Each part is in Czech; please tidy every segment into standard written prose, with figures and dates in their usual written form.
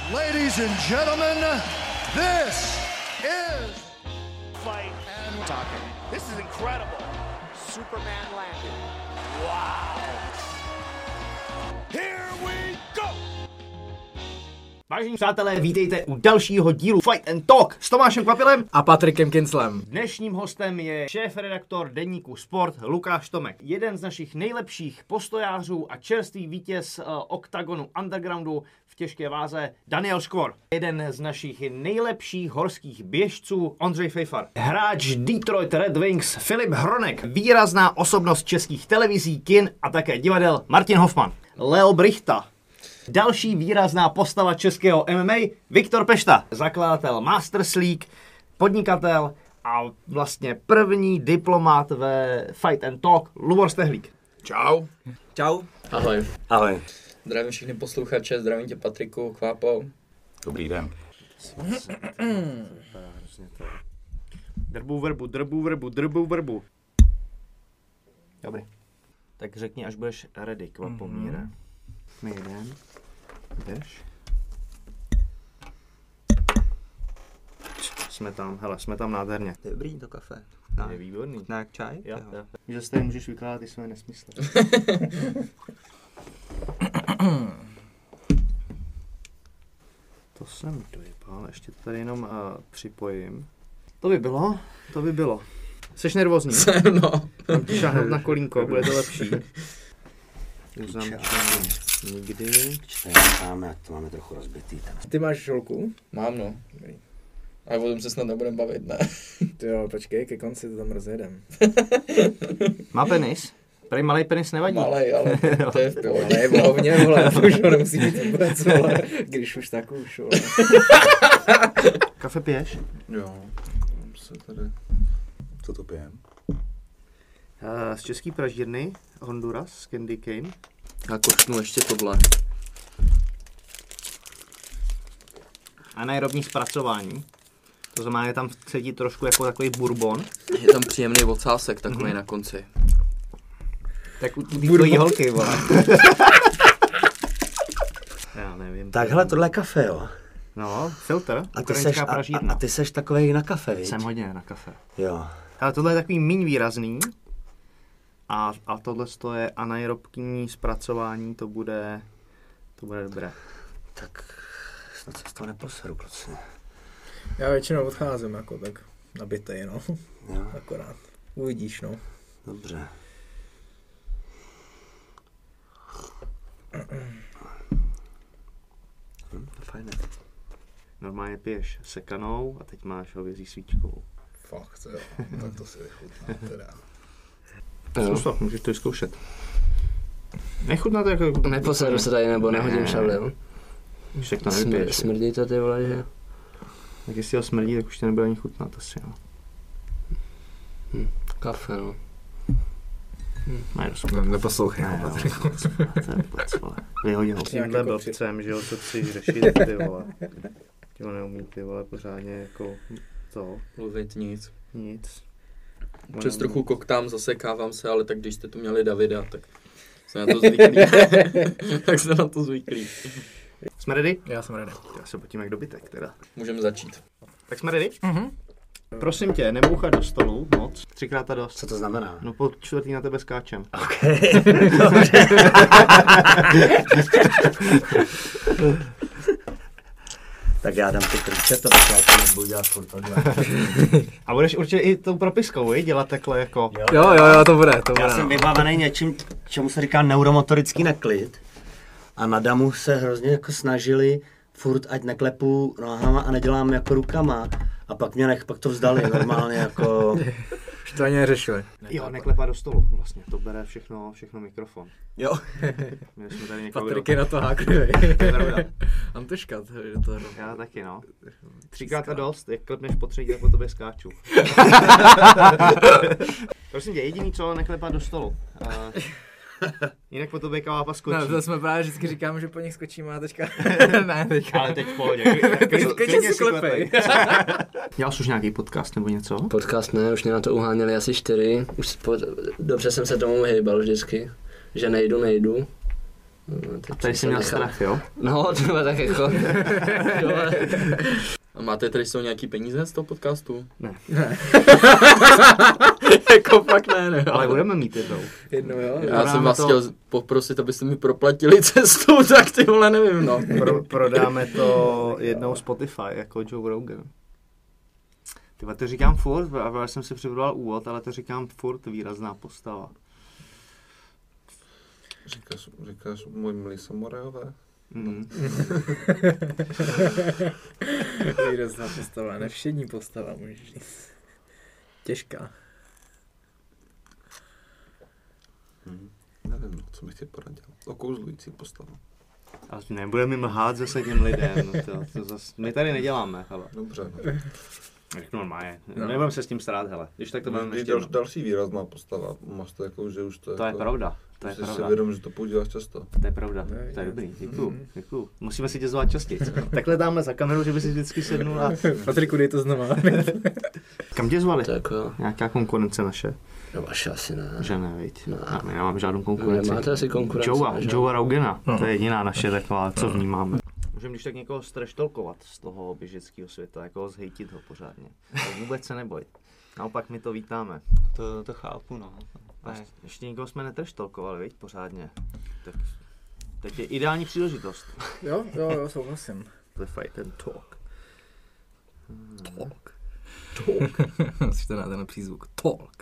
Ladies and gentlemen, this is fight and talking. This is incredible. Superman landed. Wow. Here we go. Vážení přátelé, vítejte u dalšího dílu Fight and Talk s Tomášem Kvapilem a Patrikem Kinclem. Dnešním hostem je šéfredaktor deníku Sport Lukáš Tomek. Jeden z našich nejlepších postojářů a čerstvý vítěz Oktagonu Undergroundu v těžké váze Daniel Škvor. Jeden z našich nejlepších horských běžců Ondřej Fejfar. Hráč Detroit Red Wings Filip Hronek. Výrazná osobnost českých televizí, kin a také divadel Martin Hoffman. Leo Brichta. Další výrazná postava českého MMA, Viktor Pešta, zakladatel Masters League, podnikatel a vlastně první diplomat ve Fight and Talk, Lubor Stehlík. Čau. Čau. Ahoj. Ahoj. Zdravím všechny posluchače, zdravím tě Patriku, Kvápo. Dobrý den. Drbu verbu. Dobrý. Tak řekni, až budeš ready, Kvapomíre. My jdem. Jdeš? Jsme tam nádherně. Dobrý to kafe. Je výborný. Jak čaj? Jo. Že se tady můžeš vykládat ty své nesmysly. To jsem dojebal, ještě to tady jenom připojím. To by bylo. Jseš nervózní? No. Mám ti šáhnout na kolínko, bude to lepší. Nikdy. Máme, to máme trochu rozbitý. Ty máš šolku? Mám, no. Ale o tom se snad nebudem bavit, ne? Jo, počkej, ke konci to tam rozjedem. Má penis? Prý malej penis nevadí. Malej, ale to je v pivo. Ale je vohovně, vole, to už ho nemusí být vůbec, vole. Když už tak už, vole. Kafe piješ? Jo, se tady... Co to pijem? Z český pražírny, Honduras, Candy Cane. Já košnu ještě tohle. Anaerobní zpracování. To znamená, že tam sedí trošku jako takový bourbon. Je tam příjemný ocásek takový na konci. Tak u tvojí holky, vole. Já nevím. Takhle, tohle je kafe, jo? No, filtr, A ukrajinská pražírna. a ty seš takovej na kafe, viď? Jsem hodně na kafe. Jo. Ale tohle je takový míň výrazný. A tohle je anaerobní zpracování, to bude dobré. Tak snad se z toho neposeru, kluci. Já většinou odcházím jako tak nabitej, no. Jo. Akorát. Uvidíš, no. Dobře. Fajné. Normálně piješ sekanou a teď máš hovězí svíčkou. Fakt, jo. Tak to si vychutná teda. Co, můžeš to zkoušet. Nechutná to jako... Neposedu se tady nebo nehodím šavli, jo? Už tak to nevypiješ. Smrdí to, ty vole, že? Tak jestli ho smrdí, tak už to nebude ani chutnat asi, jo. Kafe, no. Neposlouchej, ne, Patriku. To je vůbec, vole. Vyhodil ho tímhle blbcem, že jo, co chceš řešit, ty vole. Ti ho neumí, ty vole, pořádně jako to. Mluvit nic. Nic. Přes trochu koktám, zasekávám se, ale tak když jste tu měli Davida, tak jsem na to zvyklý. Tak jsem na to zvyklý. Jsme ready? Já jsem ready. Já se potím jak dobytek, teda. Můžeme začít. Tak jsme ready? Prosím tě, nebouchat do stolu moc. 3x a dost. Co to znamená? No po čtvrtý na tebe skáčem. Okay. Tak já dám ty krče, to budu dělat furt tohle. A budeš určitě i tou propiskou, dělat takhle jako... Jo, to bude. Já jsem vybavený něčím, čemu se říká neuromotorický neklid. A na damu se hrozně jako snažili furt, ať neklepu nohama a nedělám jako rukama. A pak to vzdali normálně jako... Už to ani neřešili. Jo, neklepa do stolu vlastně, to bere všechno mikrofon. Jo. My jsme tady někoho Patrik je na to háklivý. Antoška, to je to. Já taky, no. 3x a dost, jak klepneš po třetí, tak po tobě skáču. Prosím tě, jediný co, neklepat do stolu. Jinak po tobě kavápa skočí. No, to jsme právě vždycky říkáme, že po nich skočíme a teďka... ne, teďka. Ale teď v pohodě. Klidně si klepej. Dělal jsi už nějaký podcast nebo něco? Podcast ne, už mě na to uháněli asi 4. Dobře jsem se tomu hejbal vždycky, že nejdu. Tady jsi měl strach, jo? No, to tak jako... A máte tady jsou nějaký peníze z toho podcastu? Ne. Jako fakt ne. Ale budeme mít jednou. Jednou, jo. Já jsem vás chtěl poprosit, abyste mi proplatili cestu, tak ty vole nevím, no. Prodáme to jednou Spotify, jako Joe Rogan. Tyba, to říkám furt, já jsem si připravil úvod, ale to říkám furt výrazná postava. Říkáš můj milý samurajové? Výrazná postava, nevšední postava, můžeš říct. Těžká. Nevím, co bych ti poradil. Okouzlující postava. Ale nebudeme mlhát zase těm lidem, no to zase, my tady neděláme, hele. Dobře. Jak normálně, nebudeme se s tím starat, hele. Když tak to budeme ještě další výrazná postava. Máš to jako, že už to to jako, je pravda, to je jsi pravda. si vědom, že to používáš často. To je pravda, to je dobrý, děkuju. Musíme si tě zvát častěji. Takhle dáme za kameru, že by si vždycky sednul a... Patriku, dej to znova. Kam tě zvali? To jako... Nějaká konkurence naše? No vaše asi ne. Že ne, viď? Ne. Já nemám žádnou konkurenci. Nemáte asi konkurenci, Joe Rogana, to je jediná naše taková, co vnímáme. Můžeme když tak někoho streštolkovat z toho běžeckého světa, jako zhejtit ho pořádně. Tak vůbec se neboj. Naopak my to vítáme. To chápu, no. A ještě nikoho jsme netreštolkovali, viď, pořádně. Tak teď je ideální příležitost. Jo, souhlasím. The fight and talk. Talk. Musíš to na ten přízvuk. Talk.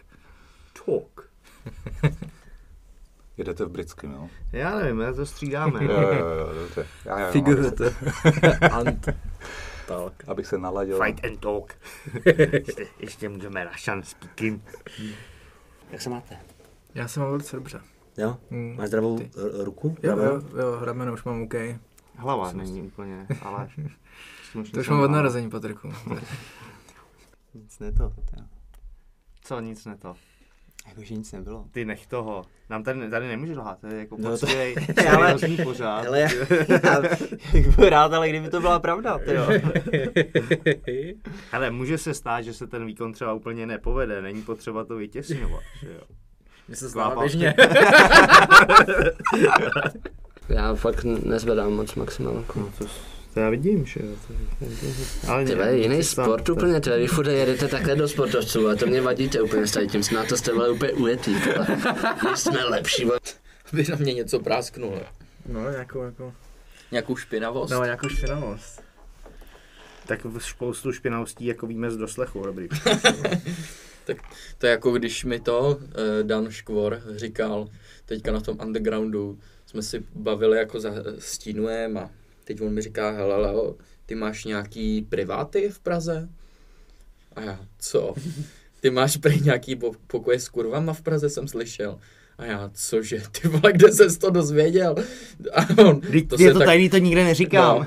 Jedete v britském, jo? Já nevím, já to střídáme. Jo, dobře. Figurete. Ant. Talk. Abych se naladil. Fight and talk. ještě můžeme Russian speaking. Jak se máte? Já se mám velice dobře. Jo? Máš zdravou ruku? Jo, rameno už mám OK. Hlava není úplně, ale... To už mám od narození, Patriku. Nic ne to. Co nic ne to? Jakože nic nebylo. Ty nech toho. Nám tady nemůžeš lhát, to je jako poctivej, ale seriózní pořád. Ale já bych byl rád, ale kdyby to byla pravda, ty jo. Ale může se stát, že se ten výkon třeba úplně nepovede, není potřeba to vytěsňovat, že jo. Mně se stává běžně. Já fakt nezvedám moc maximálku. No to já vidím, že jo. Ale tyhle jiný sport úplně, tyhle, vy furt jedete takhle do sportovců a to mě vadíte úplně s tím, na to jste byli úplně ujetý, jsme lepší. By na mě něco prásknul. No, Nějakou špinavost? No, nějakou špinavost. Tak spoustu špinavostí jako víme z doslechu, dobrý. Tak to je jako když mi to Dan Škvor říkal, teďka na tom undergroundu jsme si bavili jako za stínujem a teď on mi říká, hele Leo, ty máš nějaký priváty v Praze? A já, co? Ty máš prý nějaký pokoje s kurvama v Praze, jsem slyšel. A já, cože, ty vole, kde ses to dozvěděl? A on, je to tajný, to nikde neříkám.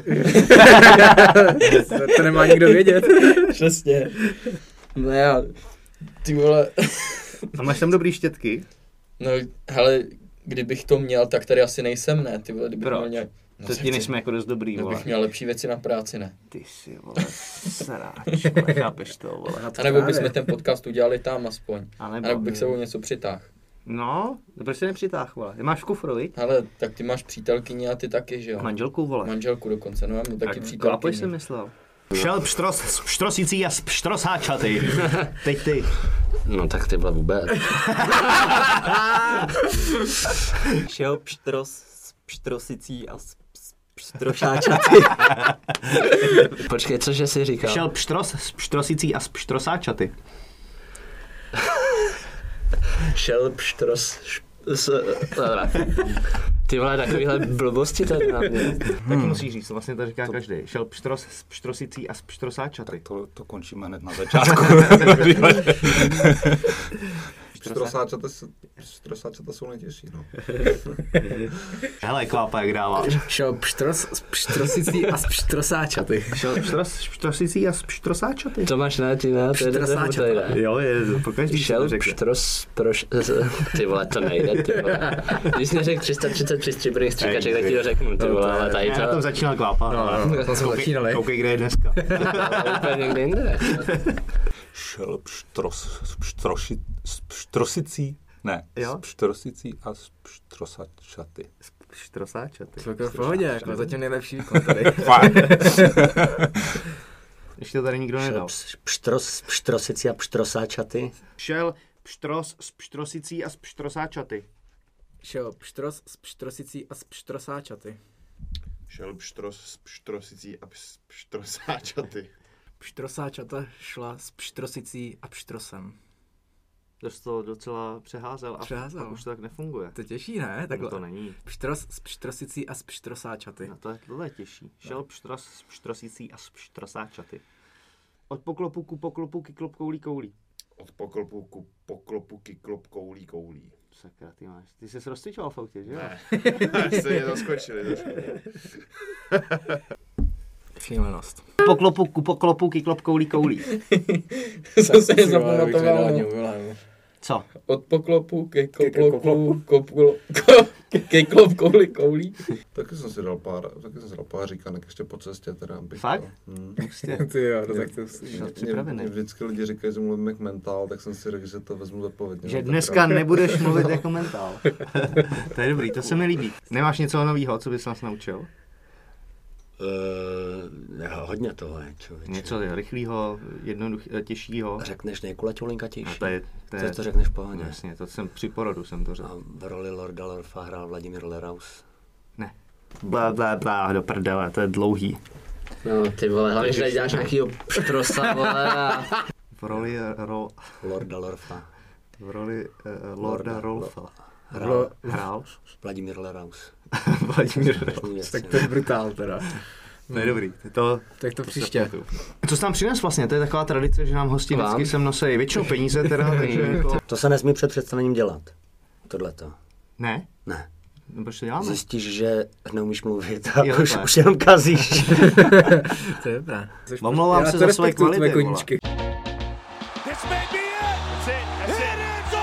No. To nemá nikdo vědět. Přesně. No já, ty vole. A máš tam dobrý štětky? No, hele, kdybych to měl, tak tady asi nejsem, ne? Ty vole, kdybych Proč? měl nějak... No, to ti nejsme jako dost dobrý, vole. Kdybych měl lepší věci na práci, ne? Ty si, vole, sráč, vole, chápeš to, vole. A nebo bychom ten podcast udělali tam aspoň. A nebo bych sebou něco přitáhl. No, proč se nepřitáhl, vole? Ty máš v kufru, viď? Ale tak ty máš přítelkyni a ty taky, že jo? Manželku, vole. Manželku dokonce, no já mám taky přítelkyni. Klápoj jsem myslel. Šel pštrosicí a pštrosáčaty. Teď ty. No tak ty byla vůbec. Šel pštrosicí a pštrosáčaty. Počkej, cože jsi říkal? Šel pštrosicí a pštrosáčaty. Šel ty vole, takovýhle blbosti tady na mě. Taky musíš říct, vlastně to říká každý. Šel pštrosicí a pštrosáčaty. To končíme hned na začátku. Pštrosáčata jsou nejtěžší, no. Hele, Klápa, jak dáváš. Šel pštrosicí a pštrosáčaty. Šel pštrosicí a pštrosáčaty. To máš na ty, ne? Pštrosáčata. Jo, je, pokaždý šel ty vole, to nejde, ty vole. Když jsi neřekl 333 stříbrných stříkaček, tak ti to řeknu, ty vole, ale tady to... Já na tom začínal Klápa. No, tam jsme začínali. Koukej, kde je dneska. Úplně někde jinde. Šel pštrosicí, ne, jo? pštrosicí a pštrosačaty. Štrosáčatý. To v pohodě, jako zatím nejlepší výkon tady. Ještě to tady nikdo nedal. Pštrosici a pštrosáčaty. Šel pštros s pštrosicí a s pštrosáčaty. Šel pštros s pštrosicí a s pštrosáčaty. Šel pštros s pštrosicí a pštrosáčaty. Pštrosáčata šla s pštrosicí a pštrosem. To jsi to docela přeházel a pak už to tak nefunguje. To těžší, ne? Takhle. No to není. Pštros s pštrosicí a s pštrosáčaty. No tohle je těžší. Šel pštros s pštrosicí a s pštrosáčaty. Od poklopu ku poklopu kyklop koulí koulí. Od poklopu ku poklopu kyklop koulí koulí. Sakra, ty jsi se rozcvičoval v autě, že jo? Ne, jste mě zaskočili. Šílenost. Poklopu ku poklopu kyklop koulí koulí. To se nezapamatoval. Co? Od poklopu ke koplopu, ke klop kouli koulí. Taky jsem si dal pár říkanek ještě po cestě, teda bych. Fakt? Ty jo, no tak to mě vždycky lidi říkají, že mluvím jak mentál, tak jsem si řekl, že to vezmu zodpovědně. Že dneska nebudeš mluvit jako mentál. To je dobrý, to se mi líbí. Nemáš něco novýho, co bys nás naučil? Hodně toho je, člověče. Něco rychlého, těžšího. Řekneš nejkulaťou linkatější. To řekneš v pohodě. Jasně, to jsem při porodu jsem to řekl. A v roli Lorda Lorfa hrál Vladimír Leraus. Ne. Blá, do prdele, to je dlouhý. No ty vole, hlavně, že děláš nějakýho pštrosa, vole. V roli Lorda Lorfa. V roli Lorda Rolfa. Hrál? Vladimír Leraus. Tak to je brutál teda. To je dobrý. Tak to příště. Co jsi tam přines vlastně? To je taková tradice, že nám hosti vždycky sem nosí většinou peníze teda. To se nesmí před představením dělat. Tohleto. Ne? Ne. Proč to děláme? Zjistíš, že neumíš mluvit a už jenom kazíš. To je dobré. Omlouvám se za svoje kvality. This may be it. That's it.